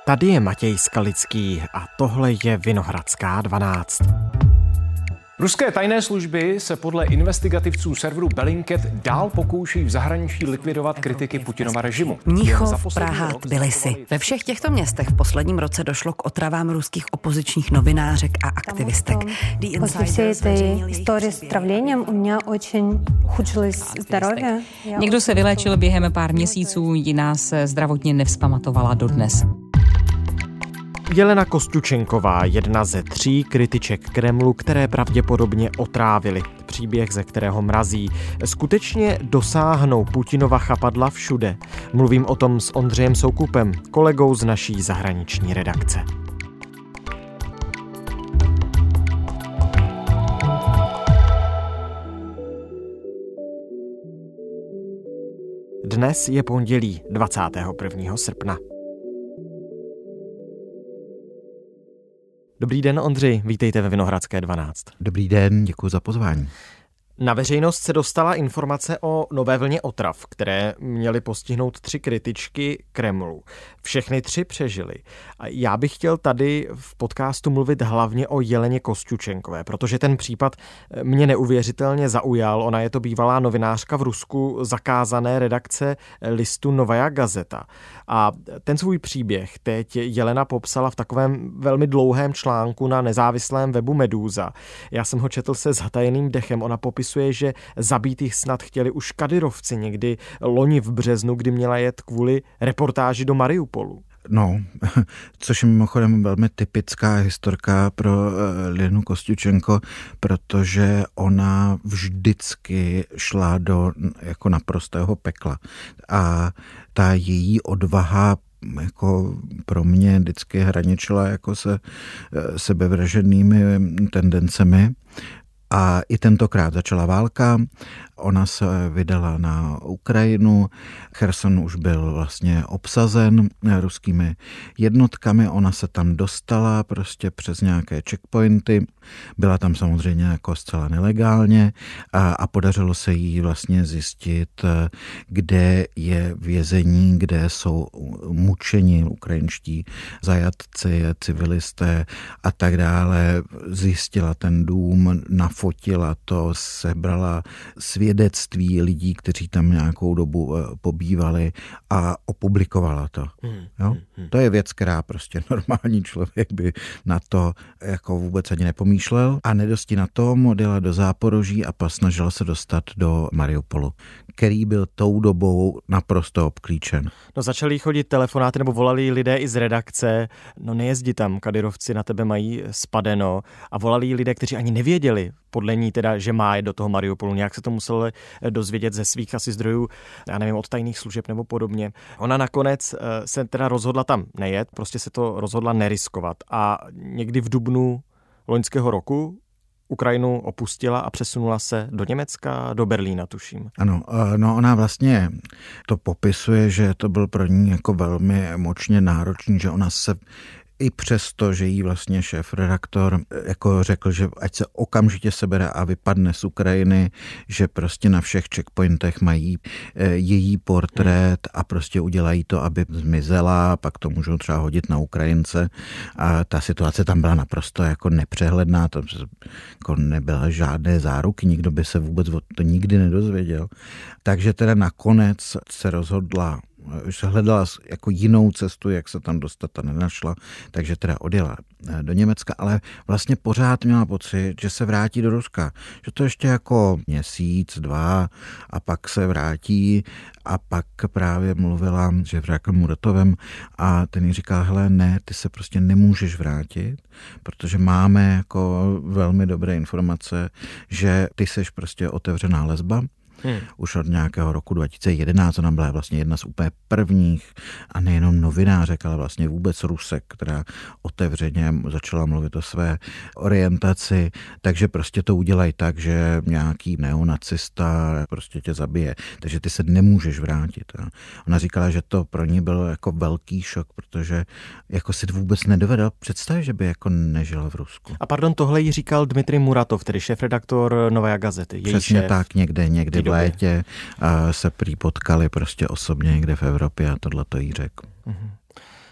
Tady je Matěj Skalický a tohle je Vinohradská 12. Ruské tajné služby se podle investigativců serveru Bellingcat dál pokouší v zahraničí likvidovat kritiky Putinova režimu. Mnichov, Praha, Tbilisi. Ve všech těchto městech v posledním roce došlo k otravám ruských opozičních novinářek a aktivistek. После всей этой истории с травлением у меня очень ухудшилось здоровье. Někdo se vylečil během pár měsíců, jiná se zdravotně nevzpamatovala dodnes. Jelena Kostučenková, jedna ze 3 kritiček Kremlu, které pravděpodobně otrávili. Příběh, ze kterého mrazí. Skutečně dosáhnou Putinova chapadla všude. Mluvím o tom s Ondřejem Soukupem, kolegou z naší zahraniční redakce. Dnes je pondělí 21. srpna. Dobrý den, Ondřej, vítejte ve Vinohradské 12. Dobrý den, děkuji za pozvání. Na veřejnost se dostala informace o nové vlně otrav, které měly postihnout 3 kritičky Kremlu. Všechny 3 přežily. A já bych chtěl tady v podcastu mluvit hlavně o Jeleně Kostučenkové, protože ten případ mě neuvěřitelně zaujal. Ona je to bývalá novinářka v Rusku zakázané redakce listu Novaja Gazeta. A ten svůj příběh teď Jelena popsala v takovém velmi dlouhém článku na nezávislém webu Medúza. Já jsem ho četl se zatajeným dechem. Ona popisuje, že zabít jich snad chtěli už kadyrovci někdy loni v březnu, kdy měla jet kvůli reportáži do Mariupolu. No, což je mimochodem velmi typická historka pro Jelenu Kostučenko, protože ona vždycky šla do jako naprostého pekla. A ta její odvaha jako pro mě vždycky hraničila jako se sebevražednými tendencemi. A i tentokrát začala válka, ona se vydala na Ukrajinu, Cherson už byl vlastně obsazen ruskými jednotkami, ona se tam dostala prostě přes nějaké checkpointy, byla tam samozřejmě jako zcela nelegálně a podařilo se jí vlastně zjistit, kde je vězení, kde jsou mučeni ukrajinští zajatci, civilisté a tak dále. Zjistila ten dům, nafotila to, sebrala svědectví lidí, kteří tam nějakou dobu pobývali a opublikovala to. Jo? To je věc, která prostě normální člověk by na to jako vůbec ani nepomýšlel a nedosti na tom odjela do Záporoží a pak snažila se dostat do Mariupolu, který byl tou dobou naprosto obklíčen. No začali chodit telefonáty nebo volali lidé i z redakce, no nejezdi tam, kadyrovci na tebe mají spadeno a volali lidé, kteří ani nevěděli, podle ní teda, že má jít do toho Mariupolu. Nějak se to museli dozvědět ze svých asi zdrojů, já nevím, od tajných služeb nebo podobně. Ona nakonec se teda rozhodla tam nejet, prostě se to rozhodla neriskovat a někdy v dubnu loňského roku Ukrajinu opustila a přesunula se do Německa, do Berlína, tuším. Ano, no ona vlastně to popisuje, že to byl pro ní jako velmi emočně náročný, že ona se i přesto, že jí vlastně šéfredaktor jako řekl, že ať se okamžitě sebere a vypadne z Ukrajiny, že prostě na všech checkpointech mají její portrét a prostě udělají to, aby zmizela, pak to můžou třeba hodit na Ukrajince a ta situace tam byla naprosto jako nepřehledná, to jako nebyla žádné záruky, nikdo by se vůbec to nikdy nedozvěděl. Takže teda nakonec se rozhodla, už se hledala jako jinou cestu, jak se tam dostat a nenašla, takže teda odjela do Německa, ale vlastně pořád měla pocit, že se vrátí do Ruska, že to ještě jako měsíc, 2 a pak se vrátí a pak právě mluvila s Ževrákem Muratovem a ten jí říkal, hele ne, ty se prostě nemůžeš vrátit, protože máme jako velmi dobré informace, že ty seš prostě otevřená lesba. Už od nějakého roku 2011, ona byla vlastně jedna z úplně prvních a nejenom novinářek, ale vlastně vůbec Rusek, která otevřeně začala mluvit o své orientaci, takže prostě to udělají tak, že nějaký neonacista prostě tě zabije, takže ty se nemůžeš vrátit. Ona říkala, že to pro ní byl jako velký šok, protože jako si vůbec nedovedla představit, že by jako nežila v Rusku. A pardon, tohle jí říkal Dmitrij Muratov, tedy šéfredaktor Novaja Gazety. Přesně tak, někde v létě se prý potkali prostě osobně někde v Evropě a tohle to jí řekl.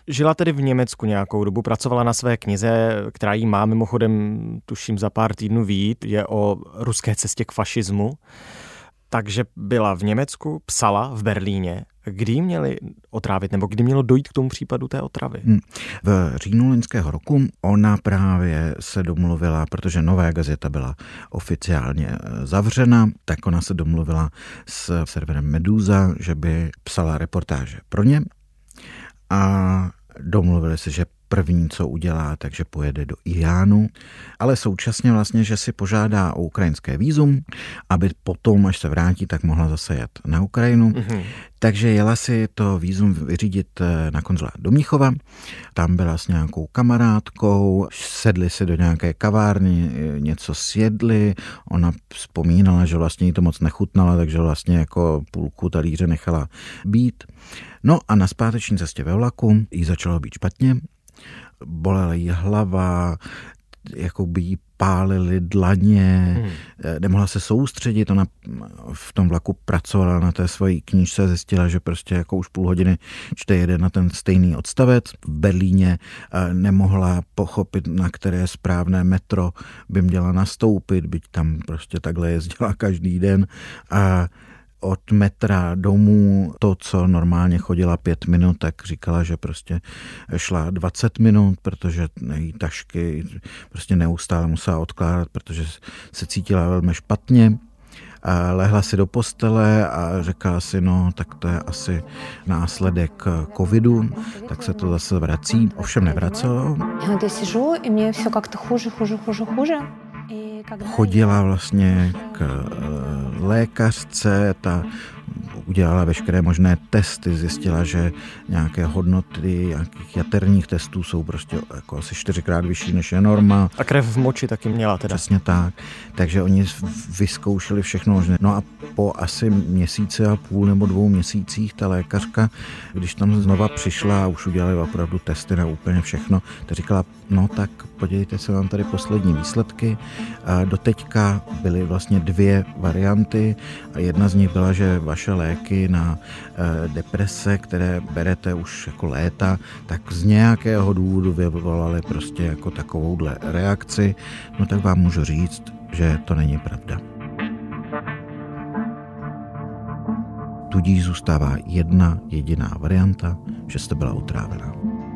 Žila tedy v Německu nějakou dobu, pracovala na své knize, která jí má mimochodem, tuším, za pár týdnů vyjít, je o ruské cestě k fašismu. Takže byla v Německu, psala v Berlíně. Kdy ji měli otrávit, nebo kdy mělo dojít k tomu případu té otravy? V říjnu loňského roku ona právě se domluvila, protože Nová gazeta byla oficiálně zavřena, tak ona se domluvila s serverem Meduza, že by psala reportáže pro ně a domluvili se, že první, co udělá, takže pojede do Iránu, ale současně vlastně, že si požádá o ukrajinské vízum, aby potom, až se vrátí, tak mohla zase jet na Ukrajinu. Takže jela si to vízum vyřídit na konzulát do Mnichova. Tam byla s nějakou kamarádkou, sedli si do nějaké kavárny, něco sjedli. Ona vzpomínala, že vlastně jí to moc nechutnala, takže vlastně jako půlku talíře nechala být. No a na zpáteční cestě ve vlaku jí začalo být špatně. Bolela jí hlava, jako by jí pálily dlaně, nemohla se soustředit, ona v tom vlaku pracovala na té svojí knížce, zjistila, že prostě jako už půl hodiny čte jeden na ten stejný odstavec. V Berlíně nemohla pochopit, na které správné metro by měla nastoupit, byť tam prostě takhle jezdila každý den a od metra domů to, co normálně chodila 5 minut, tak říkala, že prostě šla 20 minut, protože její tašky prostě neustále musela odkládat, protože se cítila velmi špatně. A lehla si do postele a řekla si, no tak to je asi následek covidu, tak se to zase vrací. Ovšem nevracelo. Chodila vlastně k lékařce, ta udělala veškeré možné testy, zjistila, že nějaké hodnoty nějakých jaterních testů jsou prostě jako asi 4krát vyšší, než je norma. A krev v moči taky měla teda. Přesně tak. Takže oni vyzkoušeli všechno možné. No a po asi měsíci a půl nebo 2 měsících ta lékařka, když tam znova přišla a už udělali opravdu testy na úplně všechno, tak říkala, no tak podívejte se, vám tady poslední výsledky. A doteďka byly vlastně 2 varianty a jedna z nich byla, že vaše léky na deprese, které berete už jako léta, tak z nějakého důvodu vyvolaly prostě jako takovouhle reakci. No tak vám můžu říct, že to není pravda. Tudíž zůstává jedna jediná varianta, že jste byla otrávená.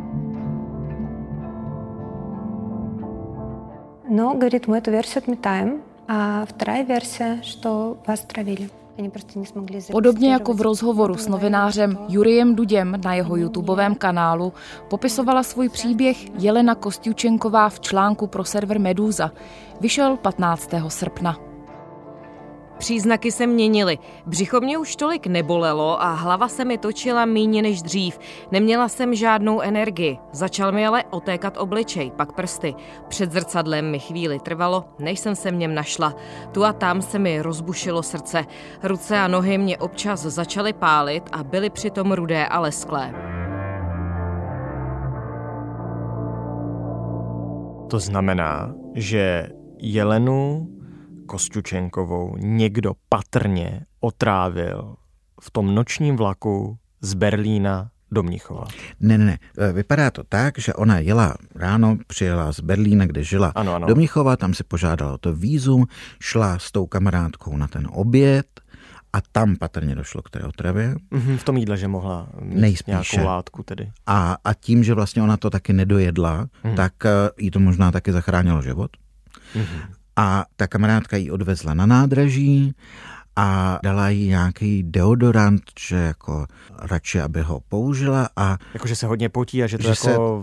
Но, говорит, мы эту версию отметаем, а вторая версия, что вас травили. Podobně jako v rozhovoru s novinářem Jurijem Duděm na jeho YouTubeovém kanálu popisovala svůj příběh Jelena Kostjučenková v článku pro server Meduza. Vyšel 15. srpna. Příznaky se měnily. Břicho mě už tolik nebolelo a hlava se mi točila míň než dřív. Neměla jsem žádnou energii. Začal mi ale otékat obličej, pak prsty. Před zrcadlem mi chvíli trvalo, než jsem se v něm našla. Tu a tam se mi rozbušilo srdce. Ruce a nohy mě občas začaly pálit a byly přitom rudé a lesklé. To znamená, že Jelenu Kostjučenkovou někdo patrně otrávil v tom nočním vlaku z Berlína do Mnichova. Ne. Vypadá to tak, že ona jela ráno, přijela z Berlína, kde žila, ano. Do Mnichova, tam si požádala to vízum, šla s tou kamarádkou na ten oběd a tam patrně došlo k té otravě. V tom jídle, že mohla mít nějakou látku tedy. A tím, že vlastně ona to taky nedojedla, tak jí to možná taky zachránilo život. A ta kamarádka ji odvezla na nádraží a dala jí nějaký deodorant, že jako radši, aby ho použila a... Jakože se hodně potí a že to jako...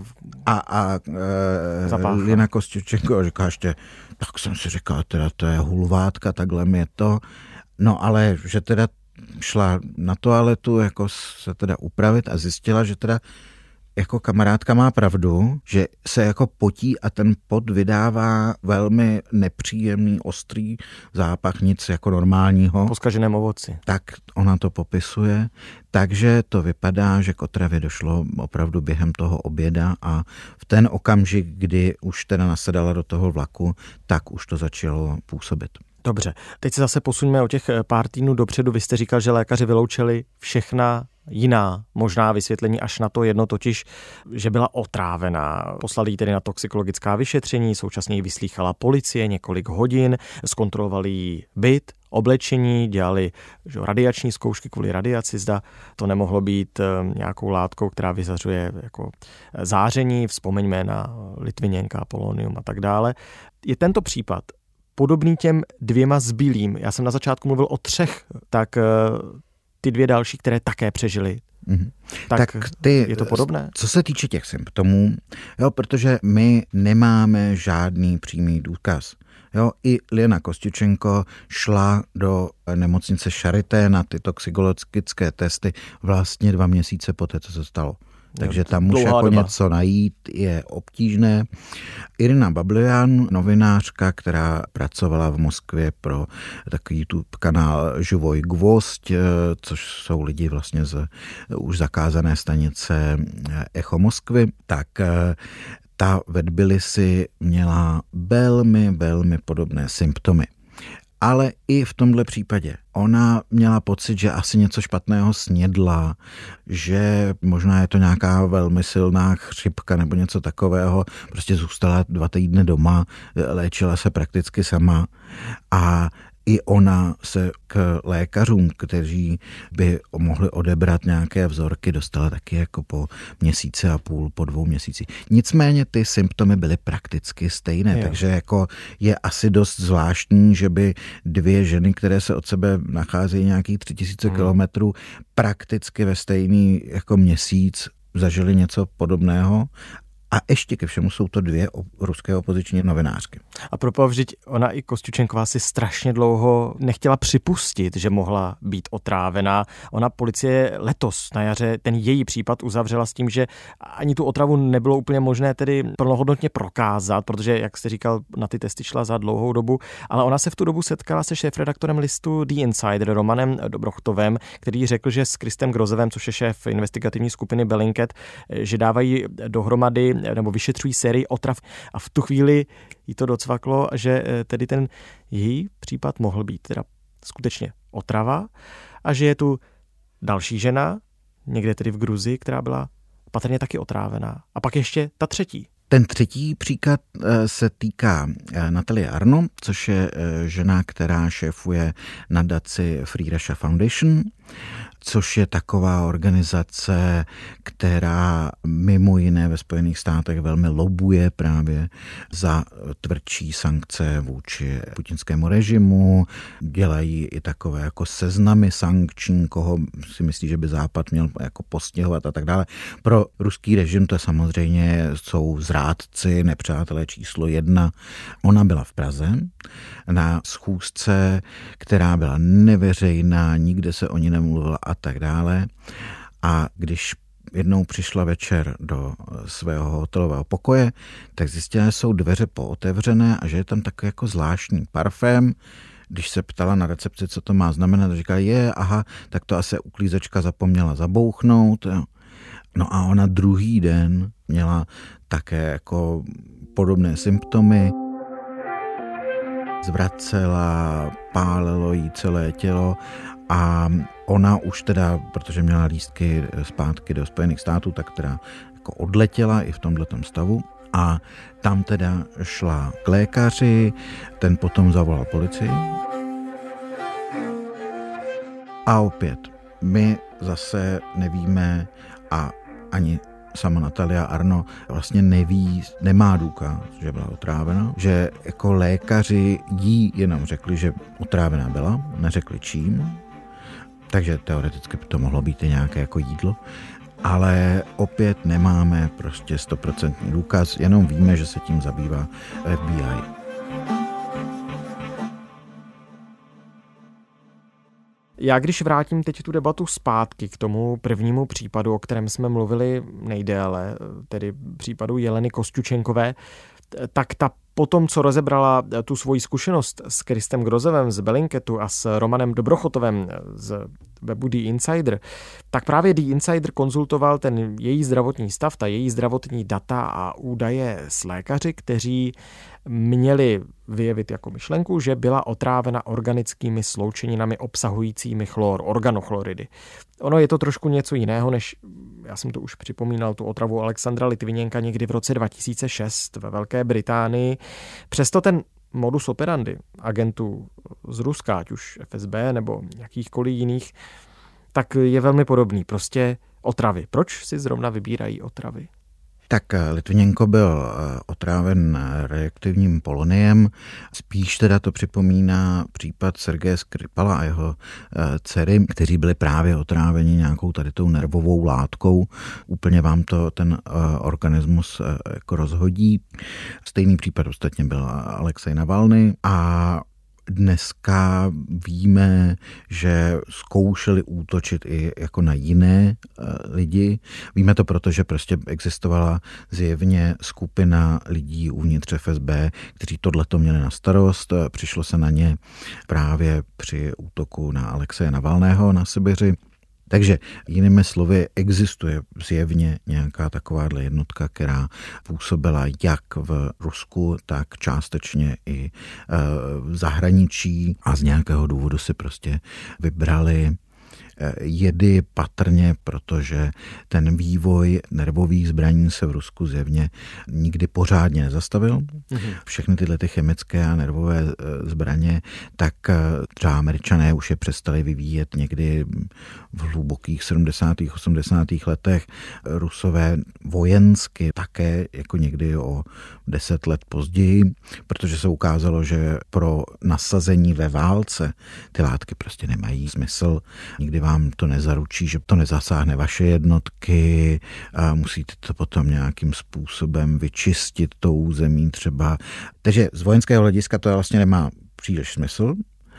Jelena Kostjučenková říká ještě, tak jsem si říkal, teda to je hulvátka, takhle mi je to. No ale, že teda šla na toaletu, jako se teda upravit a zjistila, že teda jako kamarádka má pravdu, že se jako potí a ten pot vydává velmi nepříjemný, ostrý zápach, nic jako normálního. Po zkaženém ovoci. Tak ona to popisuje. Takže to vypadá, že k otravě došlo opravdu během toho oběda a v ten okamžik, kdy už teda nasedala do toho vlaku, tak už to začalo působit. Dobře, teď se zase posuňme o těch pár týdnů dopředu. Vy jste říkal, že lékaři vyloučili všechna jiná možná vysvětlení až na to jedno, totiž, že byla otrávená. Poslali ji tedy na toxikologická vyšetření, současně ji vyslýchala policie několik hodin, zkontrolovali jí byt, oblečení, dělali radiační zkoušky kvůli radiaci, zda to nemohlo být nějakou látkou, která vyzařuje jako záření, vzpomeňme na litviněnka, polonium a tak dále. Je tento případ podobný těm 2 zbylým. Já jsem na začátku mluvil o 3, tak ty 2 další, které také přežily. Mm-hmm. Tak je to podobné? Co se týče těch symptomů, jo, protože my nemáme žádný přímý důkaz. Jo, i Lena Kostyuchenko šla do nemocnice Charité na ty toxikologické testy vlastně 2 měsíce poté, co se stalo. Takže tam už jako něco najít je obtížné. Irina Bablian, novinářka, která pracovala v Moskvě pro takový YouTube kanál Živoj Gvozd, což jsou lidi vlastně z už zakázané stanice Echo Moskvy, tak ta ve Tbilisi měla velmi, velmi podobné symptomy. Ale i v tomhle případě ona měla pocit, že asi něco špatného snědla, že možná je to nějaká velmi silná chřipka nebo něco takového. Prostě zůstala 2 týdny doma, léčila se prakticky sama a i ona se k lékařům, kteří by mohli odebrat nějaké vzorky, dostala taky jako po 1,5 měsíce, po 2 měsících. Nicméně ty symptomy byly prakticky stejné, takže jako je asi dost zvláštní, že by 2 ženy, které se od sebe nacházejí nějakých 3000 kilometrů, prakticky ve stejný jako měsíc zažili něco podobného. A ještě ke všemu jsou to 2 ruské opoziční novinářky. A propos, vždyť ona i Kostyuchenková si strašně dlouho nechtěla připustit, že mohla být otrávená. Ona policie letos na jaře ten její případ uzavřela s tím, že ani tu otravu nebylo úplně možné tedy plnohodnotně prokázat, protože, jak jste říkal, na ty testy šla za dlouhou dobu, ale ona se v tu dobu setkala se šéfredaktorem listu The Insider, Romanem Dobrochtovem, který řekl, že s Kristem Grozevem, což je šéf investigativní skupiny Bellingcat, že dávají dohromady nebo vyšetřují sérii otrav a v tu chvíli jí to docvaklo, že tedy ten její případ mohl být teda skutečně otrava a že je tu další žena, někde tedy v Gruzii, která byla patrně taky otrávená. A pak ještě ta 3. Ten 3. příklad se týká Natalie Arno, což je žena, která šéfuje nadaci Free Russia Foundation, což je taková organizace, která mimo jiné ve Spojených státech velmi lobuje právě za tvrdší sankce vůči putinskému režimu. Dělají i takové jako seznamy sankční, koho si myslí, že by Západ měl jako postihovat a tak dále. Pro ruský režim to samozřejmě jsou zrádci, nepřátelé číslo 1. Ona byla v Praze na schůzce, která byla neveřejná, nikde se o ní nemluvila a tak dále. A když jednou přišla večer do svého hotelového pokoje, tak zjistila, že jsou dveře pootevřené a že je tam takový jako zvláštní parfém. Když se ptala na recepci, co to má znamenat, říkala, tak to asi uklízečka zapomněla zabouchnout. No a ona druhý den měla také jako podobné symptomy. Zvracela, pálilo jí celé tělo a ona už teda, protože měla lístky zpátky do Spojených států, tak teda jako odletěla i v tomhletom stavu a tam teda šla k lékaři, ten potom zavolal policii. A opět, my zase nevíme a ani sama Natalia Arno vlastně neví, nemá důkaz, že byla otrávena, že jako lékaři jí jenom řekli, že otrávená byla, neřekli čím, takže teoreticky by to mohlo být i nějaké jako jídlo, ale opět nemáme prostě 100% důkaz, jenom víme, že se tím zabývá FBI. Já když vrátím teď tu debatu zpátky k tomu prvnímu případu, o kterém jsme mluvili nejdéle, tedy případu Jeleny Kostyuchenkové, tak ta potom, co rozebrala tu svoji zkušenost s Kristem Grozevem z Bellingcatu a s Romanem Dobrochotovem z webu The Insider, tak právě The Insider konzultoval ten její zdravotní stav, ta její zdravotní data a údaje s lékaři, kteří měli vyjevit jako myšlenku, že byla otrávena organickými sloučeninami obsahujícími chlor, organochloridy. Ono je to trošku něco jiného, než, já jsem to už připomínal, tu otravu Alexandra Litviněnka někdy v roce 2006 ve Velké Británii. Přesto ten modus operandi agentů z Ruska, ať už FSB nebo jakýchkoliv jiných, tak je velmi podobný. Prostě otravy. Proč si zrovna vybírají otravy? Tak Litvinenko byl otráven radioaktivním poloniem. Spíš teda to připomíná případ Sergeje Skripala a jeho dcery, kteří byli právě otráveni nějakou tady tou nervovou látkou. Úplně vám to ten organismus jako rozhodí. Stejný případ ostatně byl Alexej Navalny a dneska víme, že zkoušeli útočit i jako na jiné lidi. Víme to proto, že prostě existovala zjevně skupina lidí uvnitř FSB, kteří tohleto měli na starost. Přišlo se na ně právě při útoku na Alexeje Navalného na Sibiři. Takže jinými slovy existuje zjevně nějaká takováhle jednotka, která působila jak v Rusku, tak částečně i v zahraničí a z nějakého důvodu si prostě vybrali jedy patrně, protože ten vývoj nervových zbraní se v Rusku zjevně nikdy pořádně nezastavil. Všechny tyhle ty chemické a nervové zbraně, tak třeba Američané už je přestali vyvíjet někdy v hlubokých 70. 80. letech. Rusové vojensky také jako někdy o 10 let později, protože se ukázalo, že pro nasazení ve válce ty látky prostě nemají smysl. Nikdy vám to nezaručí, že to nezasáhne vaše jednotky a musíte to potom nějakým způsobem vyčistit tou území třeba. Takže z vojenského hlediska to vlastně nemá příliš smysl,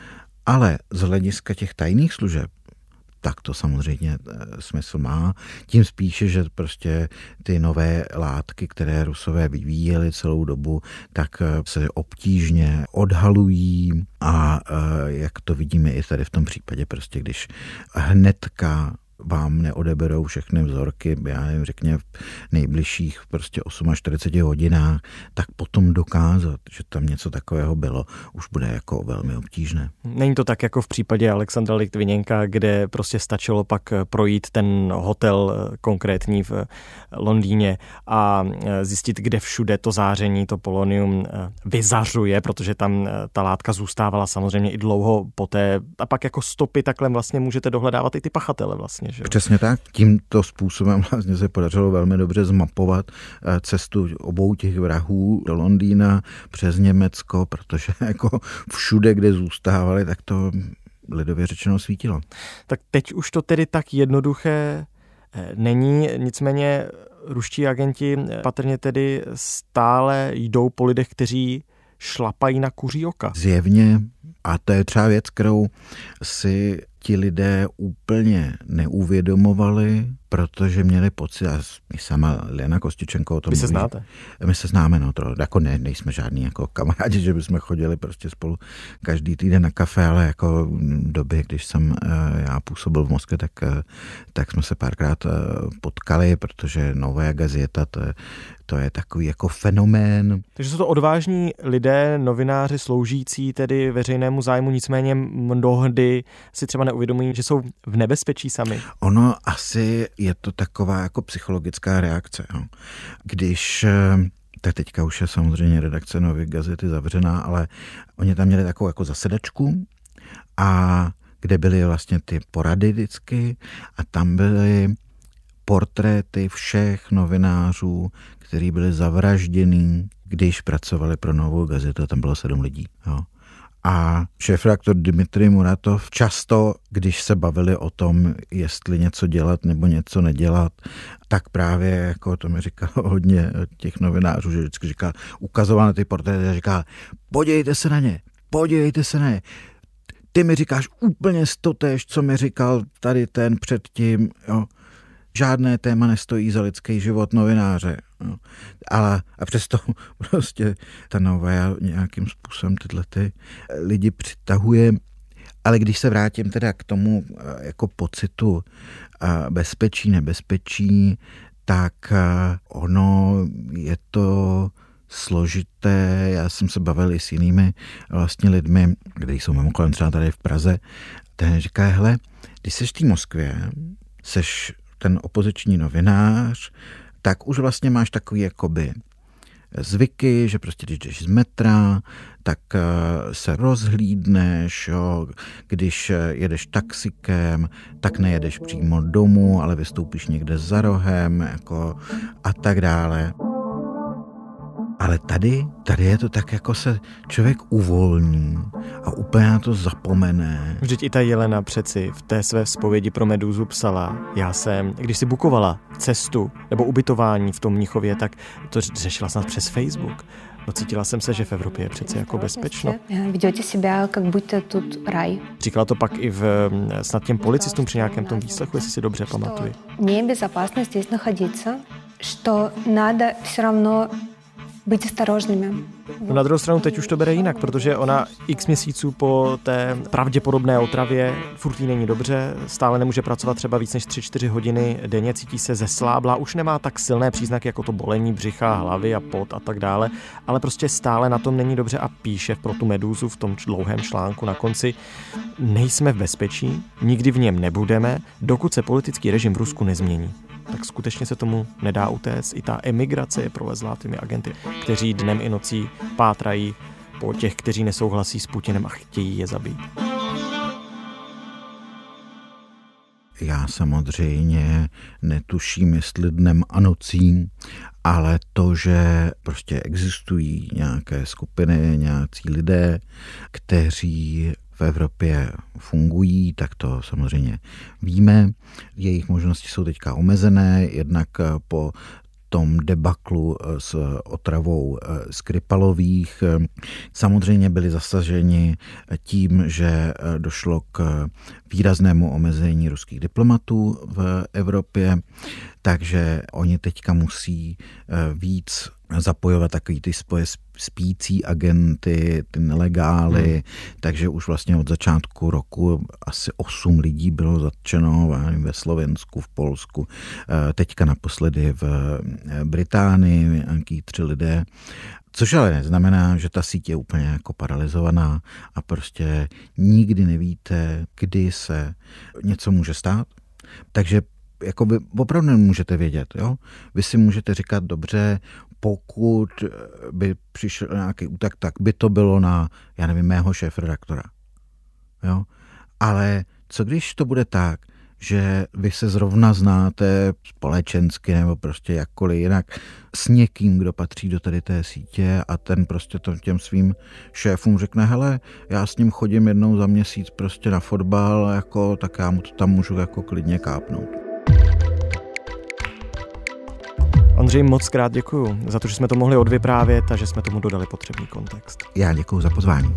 ale z hlediska těch tajných služeb tak to samozřejmě smysl má. Tím spíše, že prostě ty nové látky, které Rusové vyvíjeli celou dobu, tak se obtížně odhalují a jak to vidíme i tady v tom případě, prostě když hnedka vám neodeberou všechny vzorky, já nevím, řekněme v nejbližších prostě 48 hodinách, tak potom dokázat, že tam něco takového bylo, už bude jako velmi obtížné. Není to tak jako v případě Alexandra Litviněnka, kde prostě stačilo pak projít ten hotel konkrétní v Londýně a zjistit, kde všude to záření, to polonium vyzařuje, protože tam ta látka zůstávala samozřejmě i dlouho poté a pak jako stopy takhle vlastně můžete dohledávat i ty pachatele vlastně. Že? Přesně tak. Tímto způsobem vlastně se podařilo velmi dobře zmapovat cestu obou těch vrahů do Londýna přes Německo, protože jako všude, kde zůstávali, tak to lidově řečeno svítilo. Tak teď už to tedy tak jednoduché není, nicméně ruští agenti patrně tedy stále jdou po lidech, kteří šlapají na kuří oka. Zjevně, a to je třeba věc, kterou si ti lidé úplně neuvědomovali, protože měli pocit, a my sama Lena Kostyčenko o tom mluví. Vy se mluví, znáte? My se známe, no to jako nejsme žádní jako kamarádi, že bychom chodili prostě spolu každý týden na kafe, ale jako v době, když jsem já působil v Moskvě, tak jsme se párkrát potkali, protože Nová Gazeta, to je takový jako fenomén. Takže jsou to odvážní lidé, novináři sloužící tedy veřejnému zájmu, nicméně mnohdy si třeba neuvědomují, že jsou v nebezpečí sami. Ono asi je to taková jako psychologická reakce. No. Když, tak teďka už je samozřejmě redakce Nové Gazety zavřená, ale oni tam měli takovou jako zasedačku a kde byly vlastně ty porady vždycky a tam byly portréty všech novinářů, kteří byli zavraždění, když pracovali pro Novou Gazetu, tam bylo 7 lidí. Jo. A šéfredaktor Dmitrij Muratov často, když se bavili o tom, jestli něco dělat nebo něco nedělat, tak právě, jako to mi říkalo hodně těch novinářů, že vždycky říkal, ukazoval na ty portréty a říkal, podívejte se na ně. Ty mi říkáš úplně totéž, co mi říkal tady ten předtím, jo. Žádné téma nestojí za lidský život novináře. No. A přesto prostě ta novela nějakým způsobem tyhle ty lidi přitahuje. Ale když se vrátím teda k tomu jako pocitu bezpečí, nebezpečí, tak ono je to složité. Já jsem se bavil i s jinými vlastně lidmi, kteří jsou mimochodem třeba tady v Praze. Ten říká, hele, když seš v té Moskvě, seš ten opoziční novinář, tak už vlastně máš takový jakoby zvyky, že prostě když jdeš z metra, tak se rozhlídneš, jo. Když jedeš taxikem, tak nejedeš přímo domů, ale vystoupíš někde za rohem, jako a tak dále. Ale tady je to tak, jako se člověk uvolní a úplně na to zapomene. Vždyť i ta Jelena přeci v té své zpovědi pro Medúzu psala, já jsem, když si bukovala cestu nebo ubytování v tom Mnichově, tak to řešila snad přes Facebook. Cítila jsem se, že v Evropě je přece jako bezpečno. Ведете себя, как будто тут рай. Říkala to pak i snad těm policistům při nějakém tom výslechu, jestli si dobře pamatuju. Небезопасно здесь находиться, что надо все равно být ostrožnými. No na druhou stranu teď už to bere jinak, protože ona x měsíců po té pravděpodobné otravě furt jí není dobře, stále nemůže pracovat třeba víc než 3-4 hodiny denně, cítí se zesláblá, už nemá tak silné příznaky jako to bolení břicha, hlavy a pot a tak dále, ale prostě stále na tom není dobře a píše pro tu Medúzu v tom dlouhém článku na konci: nejsme v bezpečí, nikdy v něm nebudeme, dokud se politický režim v Rusku nezmění. Tak skutečně se tomu nedá utéct. I ta emigrace je provezlá těmi agenty, kteří dnem i nocí pátrají po těch, kteří nesouhlasí s Putinem a chtějí je zabít. Já samozřejmě netuším, jestli dnem a nocí, ale to, že prostě existují nějaké skupiny, nějací lidé, kteří v Evropě fungují, tak to samozřejmě víme. Jejich možnosti jsou teďka omezené, jednak po tom debaklu s otravou Skripalových. Samozřejmě byli zasaženi tím, že došlo k výraznému omezení ruských diplomatů v Evropě, takže oni teďka musí víc zapojovat takový ty spoje spící agenty, ty nelegály, takže už vlastně od začátku roku asi 8 lidí bylo zatčeno ve Slovensku, v Polsku, teďka naposledy v Británii, nějaký 3 lidé. Což ale neznamená, že ta síť je úplně jako paralizovaná a prostě nikdy nevíte, kdy se něco může stát. Takže jako vy opravdu nemůžete vědět. Jo? Vy si můžete říkat, dobře, pokud by přišel nějaký útok, tak by to bylo na, já nevím, mého šéfredaktora. Jo? Ale co když to bude tak, že vy se zrovna znáte společensky nebo prostě jakkoliv jinak s někým, kdo patří do tady té sítě a ten prostě těm svým šéfům řekne, hele, já s ním chodím jednou za měsíc prostě na fotbal, jako, tak já mu to tam můžu jako klidně kápnout. Ondřej, moc krát děkuju za to, že jsme to mohli odvyprávět a že jsme tomu dodali potřebný kontext. Já děkuju za pozvání.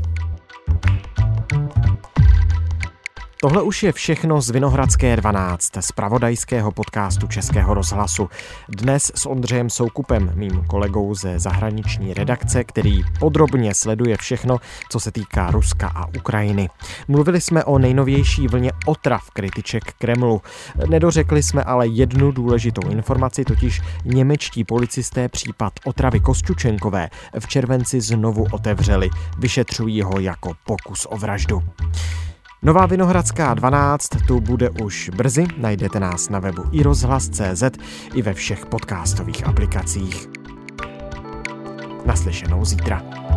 Tohle už je všechno z Vinohradské 12, zpravodajského podcastu Českého rozhlasu. Dnes s Ondřejem Soukupem, mým kolegou ze zahraniční redakce, který podrobně sleduje všechno, co se týká Ruska a Ukrajiny. Mluvili jsme o nejnovější vlně otrav kritiček Kremlu. Nedořekli jsme ale jednu důležitou informaci, totiž němečtí policisté případ otravy Kostjučenkové v červenci znovu otevřeli. Vyšetřují ho jako pokus o vraždu. Nová Vinohradská 12 tu bude už brzy, najdete nás na webu iRozhlas.cz i ve všech podcastových aplikacích. Naslyšenou zítra.